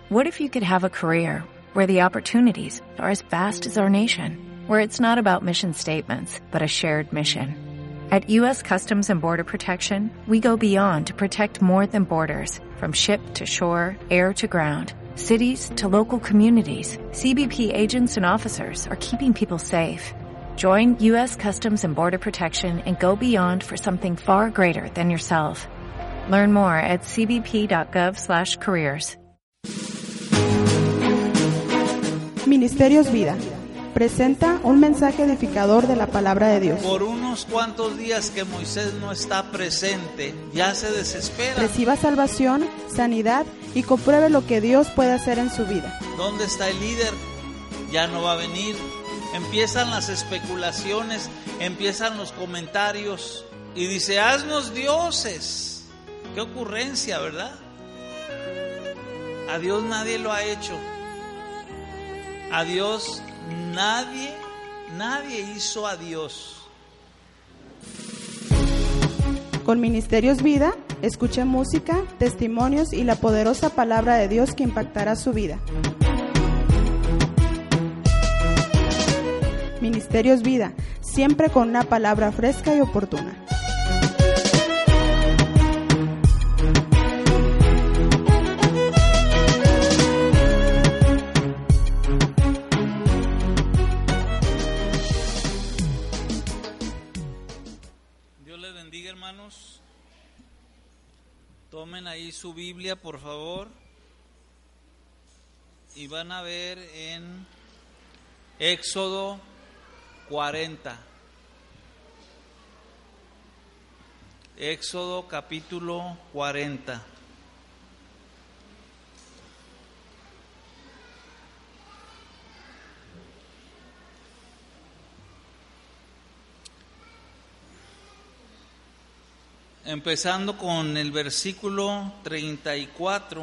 What if you could have a career where the opportunities are as vast as our nation, where it's not about mission statements, but a shared mission? At U.S. Customs and Border Protection, we go beyond to protect more than borders, from ship to shore, air to ground, cities to local communities. CBP agents and officers are keeping people safe. Join U.S. Customs and Border Protection and go beyond for something far greater than yourself. Learn more at cbp.gov/careers. Ministerios Vida presenta un mensaje edificador de la palabra de Dios. Por unos cuantos días que Moisés no está presente, ya se desespera. Reciba salvación, sanidad y compruebe lo que Dios puede hacer en su vida. ¿Dónde está el líder? Ya no va a venir. Empiezan las especulaciones, empiezan los comentarios y dice, haznos dioses. Qué ocurrencia, ¿verdad? A Dios nadie lo ha hecho. A Dios nadie hizo a Dios. Con Ministerios Vida, escuche música, testimonios y la poderosa palabra de Dios que impactará su vida. Ministerios Vida, siempre con una palabra fresca y oportuna. Hermanos, tomen ahí su Biblia, por favor, y van a ver en Éxodo 40. Éxodo capítulo 40. Empezando con el versículo 34,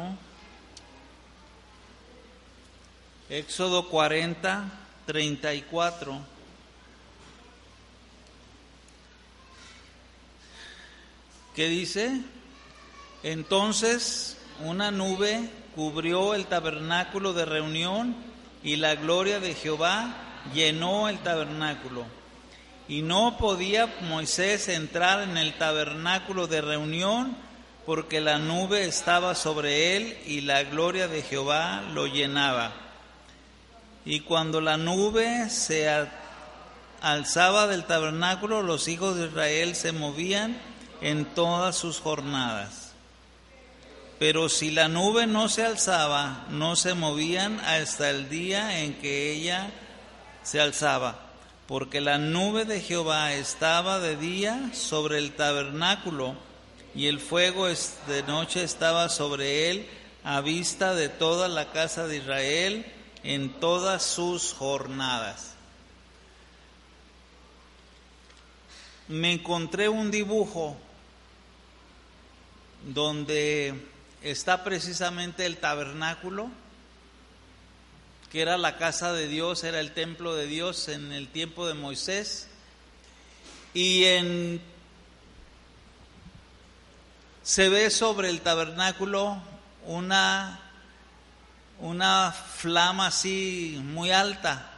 Éxodo 40, 34. ¿Qué dice? Entonces una nube cubrió el tabernáculo de reunión y la gloria de Jehová llenó el tabernáculo. Y no podía Moisés entrar en el tabernáculo de reunión porque la nube estaba sobre él y la gloria de Jehová lo llenaba. Y cuando la nube se alzaba del tabernáculo, los hijos de Israel se movían en todas sus jornadas. Pero si la nube no se alzaba, no se movían hasta el día en que ella se alzaba. Porque la nube de Jehová estaba de día sobre el tabernáculo, y el fuego de noche estaba sobre él, a vista de toda la casa de Israel en todas sus jornadas. Me encontré un dibujo donde está precisamente el tabernáculo, que era la casa de Dios, era el templo de Dios en el tiempo de Moisés, y se ve sobre el tabernáculo una flama así muy alta,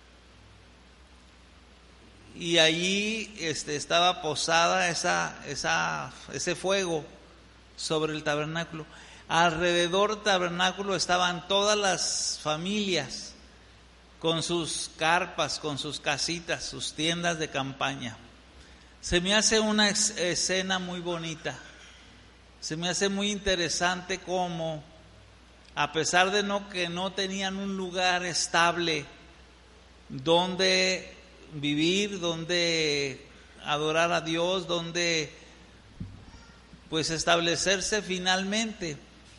y allí estaba posada ese fuego sobre el tabernáculo. Alrededor del tabernáculo estaban todas las familias con sus carpas, con sus casitas, sus tiendas de campaña. Se me hace una escena muy bonita. Se me hace muy interesante cómo, a pesar de que no tenían un lugar estable donde vivir, donde adorar a Dios, donde pues establecerse finalmente,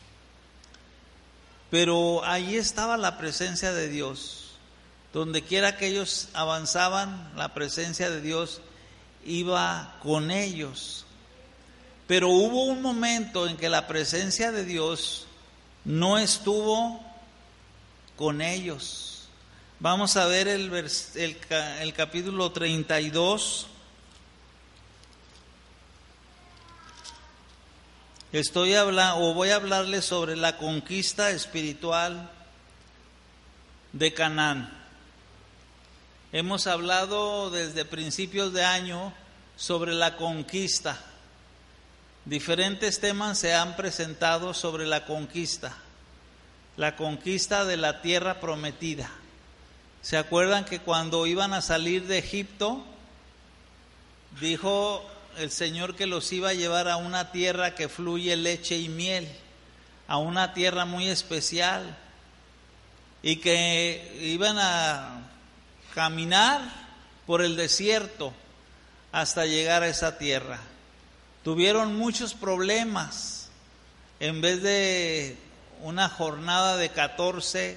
pero allí estaba la presencia de Dios. Donde quiera que ellos avanzaban, la presencia de Dios iba con ellos. Pero hubo un momento en que la presencia de Dios no estuvo con ellos. Vamos a ver el capítulo 32. voy a hablarles sobre la conquista espiritual de Canaán. Hemos hablado desde principios de año sobre la conquista. Diferentes temas se han presentado sobre la conquista de la tierra prometida. ¿Se acuerdan que cuando iban a salir de Egipto, dijo el Señor que los iba a llevar a una tierra que fluye leche y miel, a una tierra muy especial, y que iban a caminar por el desierto hasta llegar a esa tierra? Tuvieron muchos problemas. En vez de una jornada de 14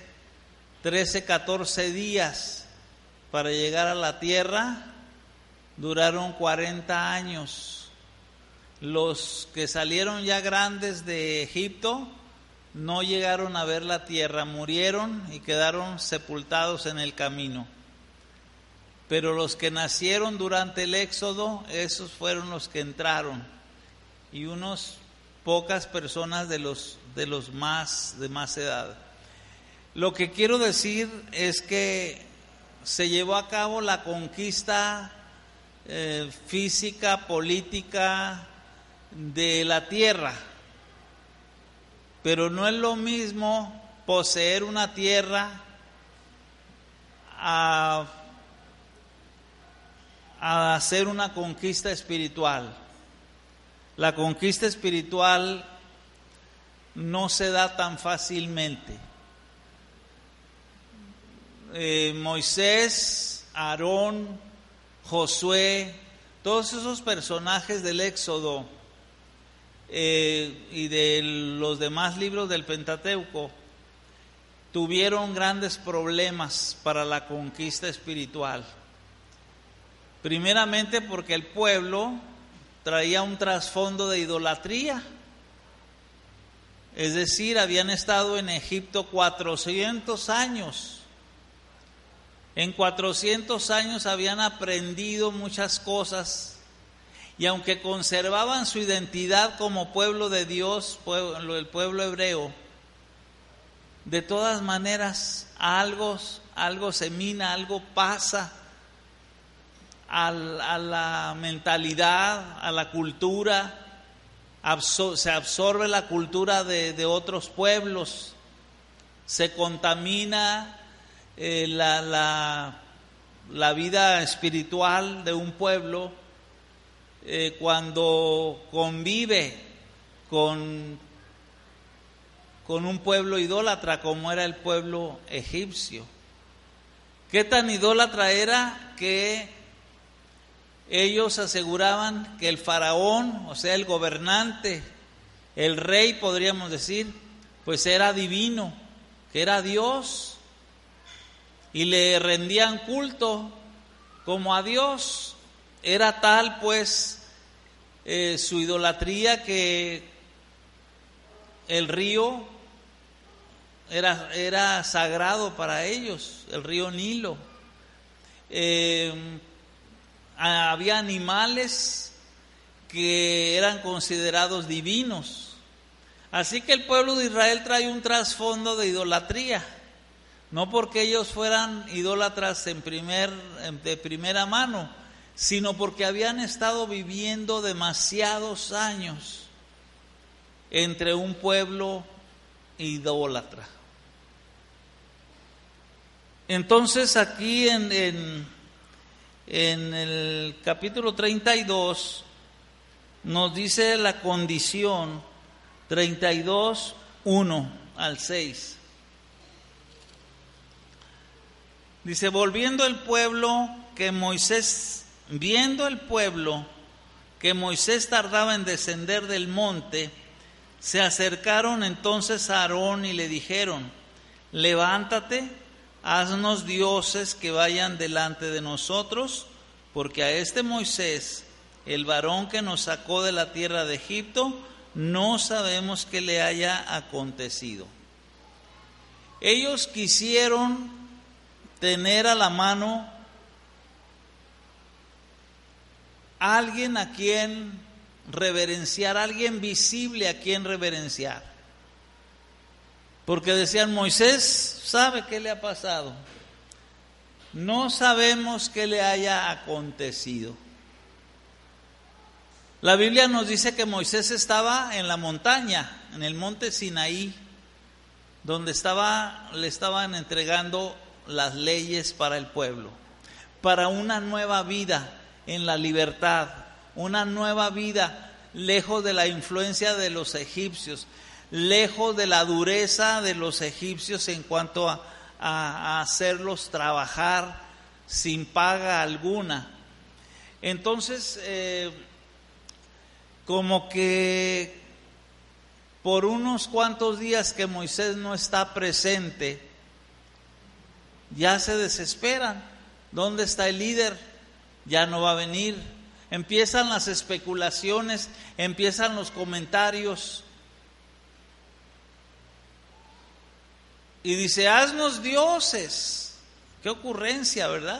días para llegar a la tierra, duraron 40 años. Los que salieron ya grandes de Egipto no llegaron a ver la tierra, murieron y quedaron sepultados en el camino. Pero los que nacieron durante el éxodo, esos fueron los que entraron, y unos pocas personas de los de más edad. Lo que quiero decir es que se llevó a cabo la conquista física, política de la tierra, pero no es lo mismo poseer una tierra a hacer una conquista espiritual. La conquista espiritual no se da tan fácilmente. Moisés, Aarón, Josué, todos esos personajes del Éxodo y de los demás libros del Pentateuco tuvieron grandes problemas para la conquista espiritual. Primeramente porque el pueblo traía un trasfondo de idolatría. Es decir, habían estado en Egipto 400 años. En 400 años habían aprendido muchas cosas, y aunque conservaban su identidad como pueblo de Dios, el pueblo hebreo, de todas maneras algo se mina, algo pasa a la mentalidad, a la cultura. Se absorbe la cultura de otros pueblos, se contamina la vida espiritual de un pueblo cuando convive con un pueblo idólatra como era el pueblo egipcio. ¿Qué tan idólatra era? Que ellos aseguraban que el faraón, o sea, el gobernante, el rey, podríamos decir, pues era divino, que era Dios, y le rendían culto como a Dios. Era tal, pues, su idolatría, que el río era sagrado para ellos, el río Nilo. Había animales que eran considerados divinos. Así que el pueblo de Israel trae un trasfondo de idolatría, no porque ellos fueran idólatras de primera mano, sino porque habían estado viviendo demasiados años entre un pueblo idólatra. Entonces aquí en el capítulo 32 nos dice la condición, 32, 1 al 6. Dice: viendo el pueblo que Moisés tardaba en descender del monte, se acercaron entonces a Aarón y le dijeron: levántate, haznos dioses que vayan delante de nosotros, porque a este Moisés, el varón que nos sacó de la tierra de Egipto, no sabemos qué le haya acontecido. Ellos quisieron tener a la mano alguien a quien reverenciar, alguien visible a quien reverenciar. Porque decían, Moisés sabe qué le ha pasado. No sabemos qué le haya acontecido. La Biblia nos dice que Moisés estaba en la montaña, en el monte Sinaí, donde le estaban entregando las leyes para el pueblo, para una nueva vida en la libertad, una nueva vida lejos de la influencia de los egipcios, lejos de la dureza de los egipcios en cuanto a hacerlos trabajar sin paga alguna. Entonces, como que por unos cuantos días que Moisés no está presente, ya se desesperan. ¿Dónde está el líder? Ya no va a venir. Empiezan las especulaciones, empiezan los comentarios. Y dice, haznos dioses. Qué ocurrencia, ¿verdad?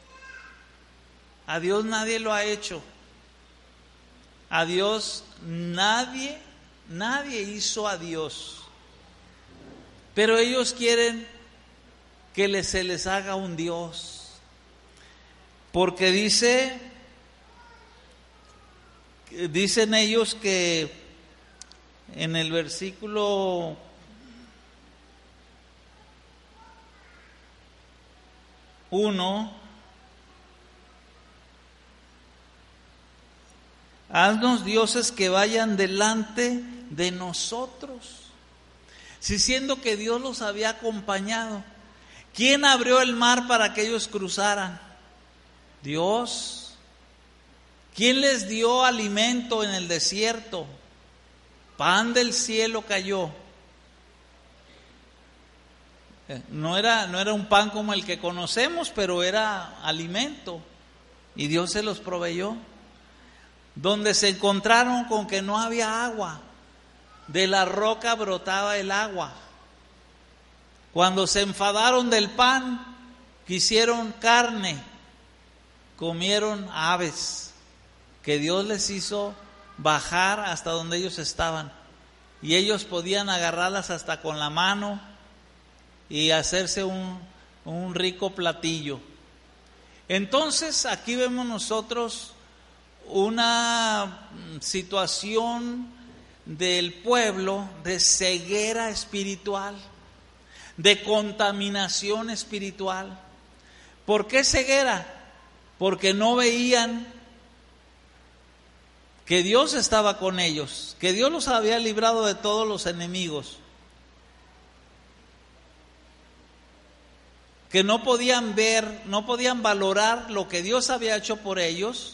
A Dios nadie lo ha hecho. A Dios nadie hizo a Dios. Pero ellos quieren que se les haga un Dios. Porque dicen ellos que en el versículo 1, haznos dioses que vayan delante de nosotros. Si siendo que Dios los había acompañado, ¿quién abrió el mar para que ellos cruzaran? Dios. ¿Quién les dio alimento en el desierto? Pan del cielo cayó. No era un pan como el que conocemos, pero era alimento y Dios se los proveyó. Donde se encontraron con que no había agua, de la roca brotaba el agua. Cuando se enfadaron del pan, quisieron carne, comieron aves que Dios les hizo bajar hasta donde ellos estaban, y ellos podían agarrarlas hasta con la mano y hacerse un rico platillo. Entonces aquí vemos nosotros una situación del pueblo de ceguera espiritual, de contaminación espiritual. ¿Por qué ceguera? Porque no veían que Dios estaba con ellos, que Dios los había librado de todos los enemigos, que no podían ver, no podían valorar lo que Dios había hecho por ellos,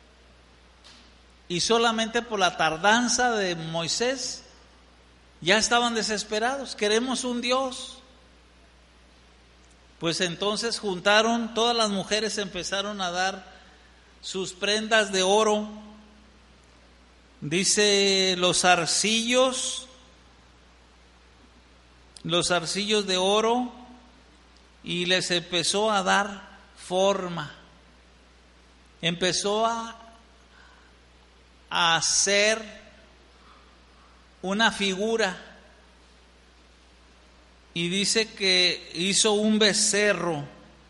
y solamente por la tardanza de Moisés ya estaban desesperados. Queremos un Dios. Pues entonces juntaron, todas las mujeres empezaron a dar sus prendas de oro. Dice los arcillos de oro, y les empezó a dar forma. Empezó a hacer una figura, y dice que hizo un becerro.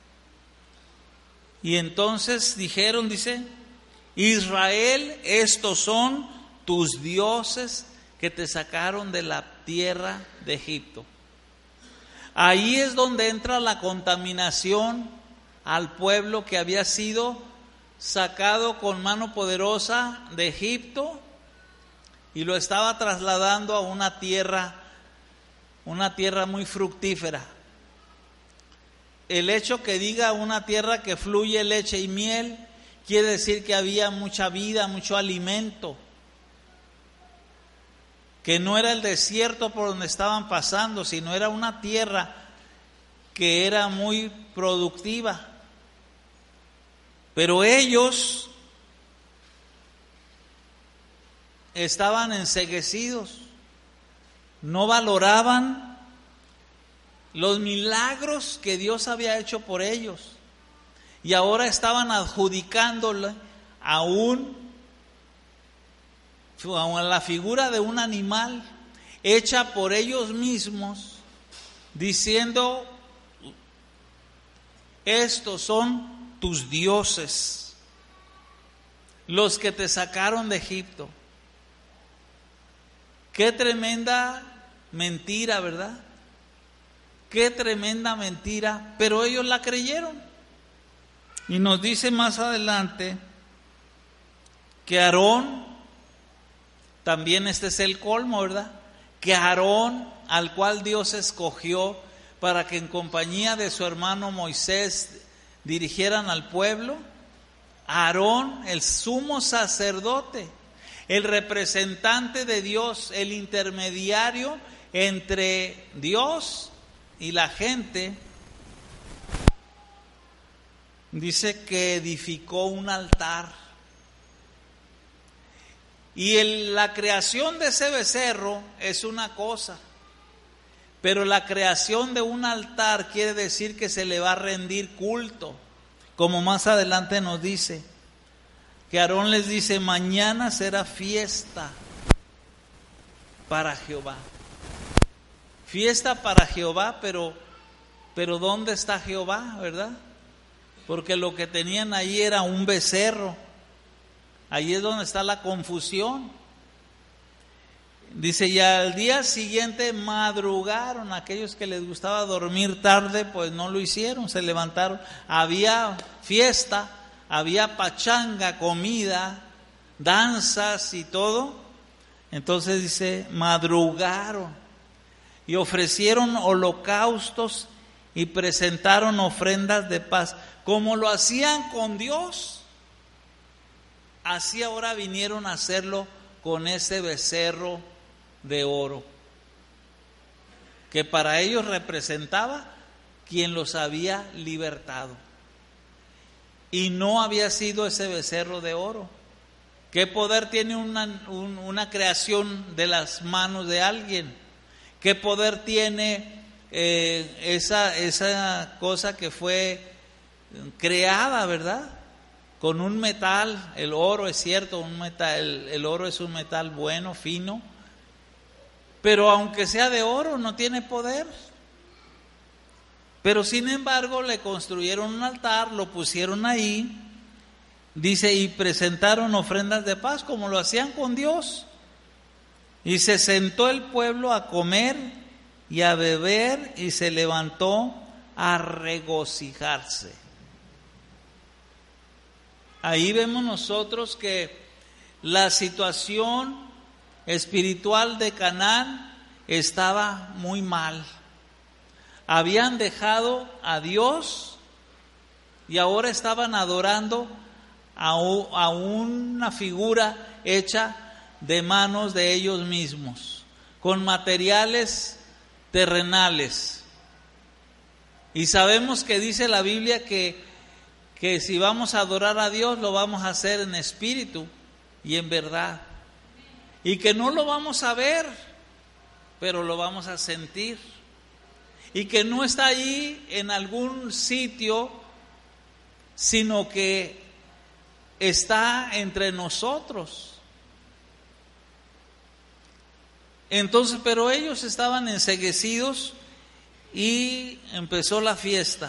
Y entonces dijeron, dice, Israel, estos son tus dioses que te sacaron de la tierra de Egipto. Ahí es donde entra la contaminación al pueblo que había sido sacado con mano poderosa de Egipto y lo estaba trasladando a una tierra muy fructífera. El hecho que diga una tierra que fluye leche y miel quiere decir que había mucha vida, mucho alimento, que no era el desierto por donde estaban pasando, sino era una tierra que era muy productiva. Pero ellos estaban enceguecidos, no valoraban los milagros que Dios había hecho por ellos, y ahora estaban adjudicándole a un la figura de un animal hecha por ellos mismos, diciendo: estos son tus dioses, los que te sacaron de Egipto. Qué tremenda mentira, ¿verdad? Qué tremenda mentira, pero ellos la creyeron. Y nos dice más adelante que Aarón, también este es el colmo, ¿verdad? Que Aarón, al cual Dios escogió para que en compañía de su hermano Moisés dirigieran al pueblo, Aarón, el sumo sacerdote, el representante de Dios, el intermediario entre Dios y la gente, dice que edificó un altar. Y la creación de ese becerro es una cosa, pero la creación de un altar quiere decir que se le va a rendir culto, como más adelante nos dice, que Aarón les dice: mañana será fiesta para Jehová. Fiesta para Jehová, pero ¿dónde está Jehová, verdad? Porque lo que tenían ahí era un becerro. Ahí es donde está la confusión. Dice: y al día siguiente madrugaron. Aquellos que les gustaba dormir tarde, pues no lo hicieron, se levantaron. Había fiesta, había pachanga, comida, danzas y todo. Entonces dice: madrugaron y ofrecieron holocaustos y presentaron ofrendas de paz. Como lo hacían con Dios, así ahora vinieron a hacerlo con ese becerro de oro, que para ellos representaba quien los había libertado. Y no había sido ese becerro de oro. ¿Qué poder tiene una creación de las manos de alguien? ¿Qué poder tiene esa cosa que fue creada, verdad? Con un metal. El oro es cierto, un metal, el oro es un metal bueno, fino, pero aunque sea de oro no tiene poder. Pero sin embargo le construyeron un altar, lo pusieron ahí, dice, y presentaron ofrendas de paz como lo hacían con Dios. Y se sentó el pueblo a comer y a beber y se levantó a regocijarse. Ahí vemos nosotros que la situación espiritual de Canaán estaba muy mal. Habían dejado a Dios y ahora estaban adorando a una figura hecha de manos de ellos mismos, con materiales terrenales. Y sabemos que dice la Biblia que si vamos a adorar a Dios, lo vamos a hacer en espíritu y en verdad. Y que no lo vamos a ver, pero lo vamos a sentir. Y que no está allí en algún sitio, sino que está entre nosotros. Entonces, pero ellos estaban enceguecidos y empezó la fiesta.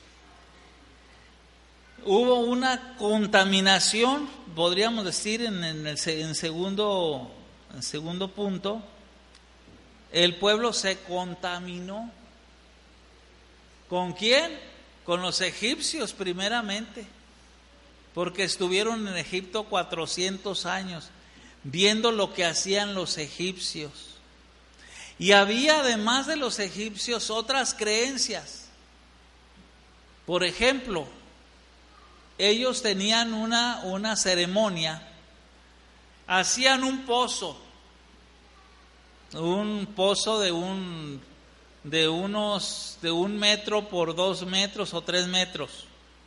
Hubo una contaminación, podríamos decir, en segundo punto. El pueblo se contaminó. ¿Con quién? Con los egipcios primeramente, porque estuvieron en Egipto 400 años viendo lo que hacían los egipcios. Y había además de los egipcios otras creencias. Por ejemplo, ellos tenían una ceremonia, hacían un pozo de un metro por 2 metros o 3 metros,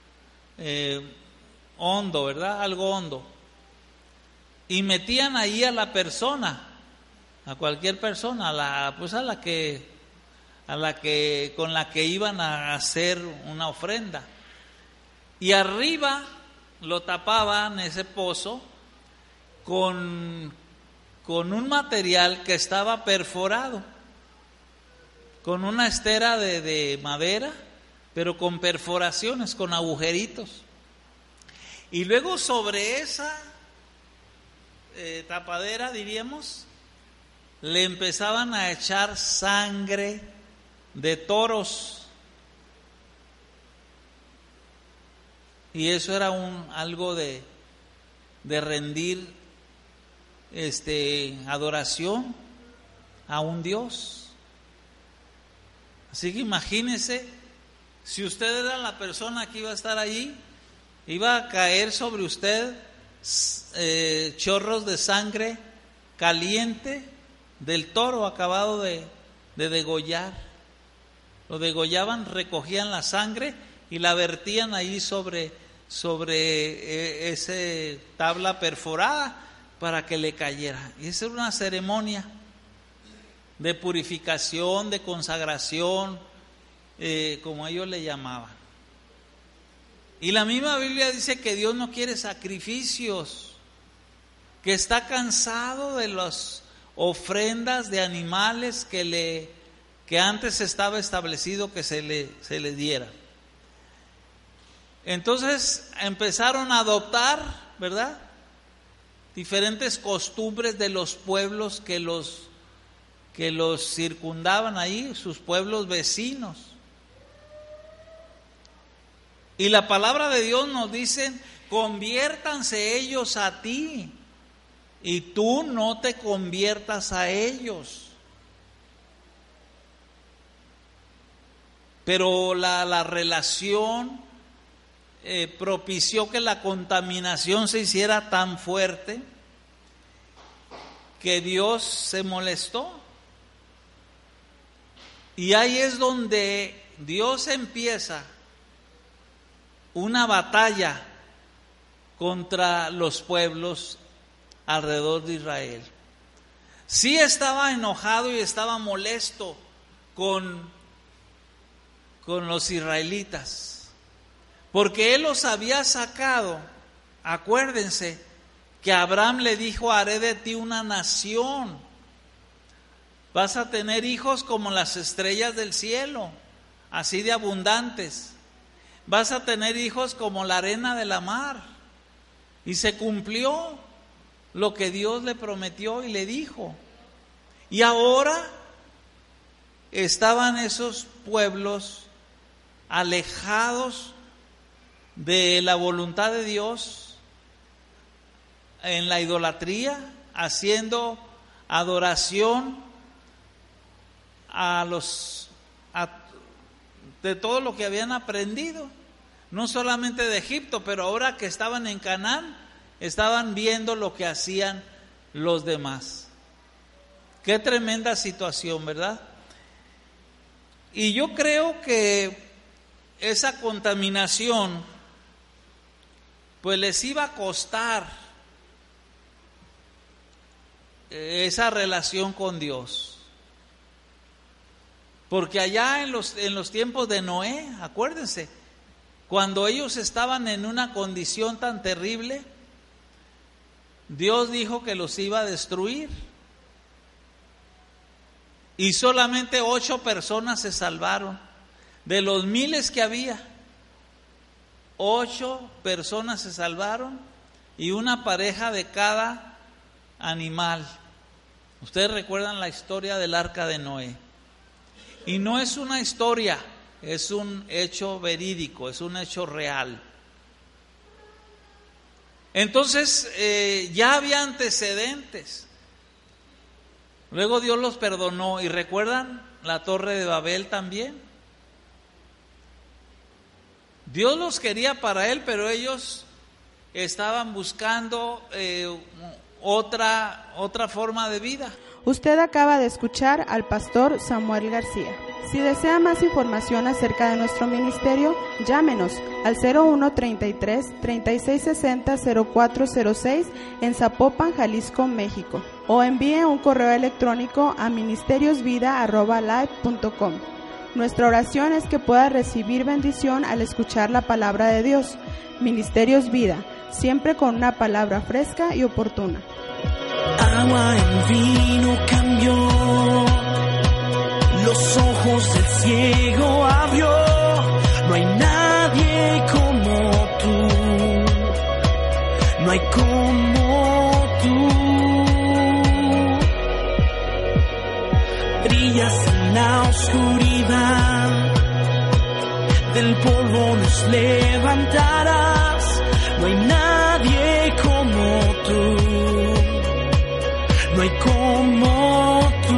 hondo, ¿verdad? Algo hondo. Y metían ahí a la persona, a cualquier persona, con la que iban a hacer una ofrenda. Y arriba lo tapaban ese pozo con con un material que estaba perforado, con una estera de madera, pero con perforaciones, con agujeritos. Y luego sobre esa tapadera, diríamos, le empezaban a echar sangre de toros. Y eso era algo de rendir adoración a un Dios. Así que imagínese, si usted era la persona que iba a estar allí, iba a caer sobre usted chorros de sangre caliente del toro acabado de degollar. Lo degollaban, recogían la sangre y la vertían ahí sobre esa tabla perforada para que le cayera. Y esa era una ceremonia de purificación, de consagración, como ellos le llamaban. Y la misma Biblia dice que Dios no quiere sacrificios, que está cansado de las ofrendas de animales que antes estaba establecido que se le diera. Entonces empezaron a adoptar, ¿verdad?, diferentes costumbres de los pueblos que los circundaban ahí, sus pueblos vecinos. Y la palabra de Dios nos dice: conviértanse ellos a ti y tú no te conviertas a ellos. Pero la relación propició que la contaminación se hiciera tan fuerte que Dios se molestó. Y ahí es donde Dios empieza una batalla contra los pueblos alrededor de Israel. Sí estaba enojado y estaba molesto con los israelitas, porque Él los había sacado. Acuérdense que Abraham le dijo: haré de ti una nación, vas a tener hijos como las estrellas del cielo, así de abundantes, vas a tener hijos como la arena de la mar. Y se cumplió lo que Dios le prometió y le dijo. Y ahora estaban esos pueblos alejados de la voluntad de Dios, en la idolatría, haciendo adoración de todo lo que habían aprendido, no solamente de Egipto, pero ahora que estaban en Canaán, estaban viendo lo que hacían los demás. Qué tremenda situación, ¿verdad? Y yo creo que esa contaminación pues les iba a costar esa relación con Dios. Porque allá en los tiempos de Noé, acuérdense, cuando ellos estaban en una condición tan terrible, Dios dijo que los iba a destruir. Y solamente 8 personas se salvaron. De los miles que había, 8 personas se salvaron, y una pareja de cada animal. Ustedes recuerdan la historia del arca de Noé. Y no es una historia, es un hecho verídico, es un hecho real. Entonces ya había antecedentes. Luego Dios los perdonó. ¿Y recuerdan la Torre de Babel también? Dios los quería para Él, pero ellos estaban buscando otra forma de vida. Usted acaba de escuchar al pastor Samuel García. Si desea más información acerca de nuestro ministerio, llámenos al 0133-3660-0406 en Zapopan, Jalisco, México, o envíe un correo electrónico a ministeriosvida@live.com. Nuestra oración es que pueda recibir bendición al escuchar la palabra de Dios. Ministerios Vida, siempre con una palabra fresca y oportuna. agua en vino cambió, los ojos del ciego abrió. No hay nadie como tú, no hay como tú. Brillas en la oscuridad, del polvo nos levantarás. No hay nadie como tú, no hay como tú.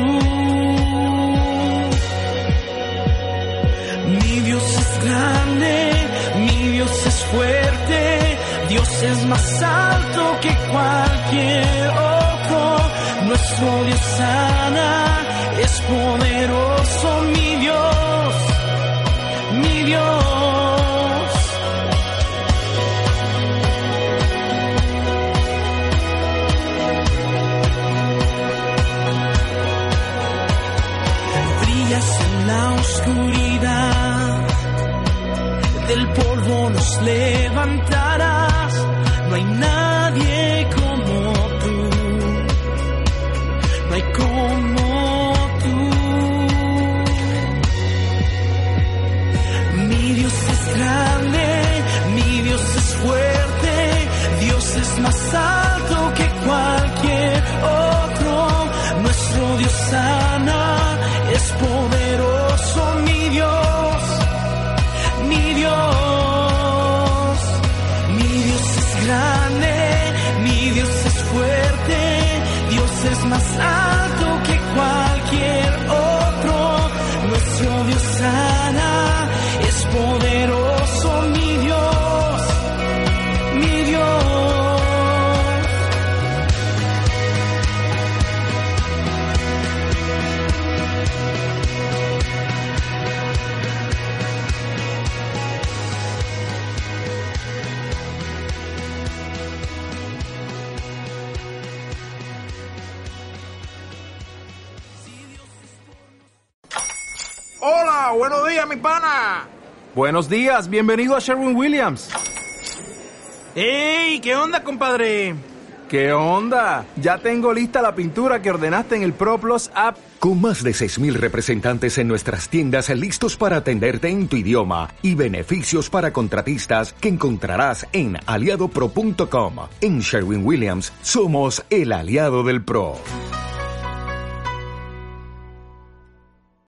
Mi Dios es grande, mi Dios es fuerte, Dios es más alto que cualquier otro. Nuestro Dios sana, es poderoso, mi Dios, mi Dios. Brillas en la oscuridad, del polvo nos levantarás. No hay nadie como tú, no hay como tú. Mi Dios es grande, mi Dios es fuerte, Dios es más alto que cualquier otro. Nuestro Dios sana, es poderoso, mi Dios, mi Dios. Mi Dios es grande, mi Dios es fuerte, Dios es más alto que cualquier otro. Nuestro Dios sana, es poderoso, mi Dios, mi Dios. Hola, buenos días, mi pana. Buenos días, bienvenido a Sherwin-Williams. ¡Ey! ¿Qué onda, compadre? ¿Qué onda? Ya tengo lista la pintura que ordenaste en el ProPlus app. Con más de 6,000 representantes en nuestras tiendas listos para atenderte en tu idioma y beneficios para contratistas que encontrarás en aliadopro.com. En Sherwin-Williams somos el aliado del pro.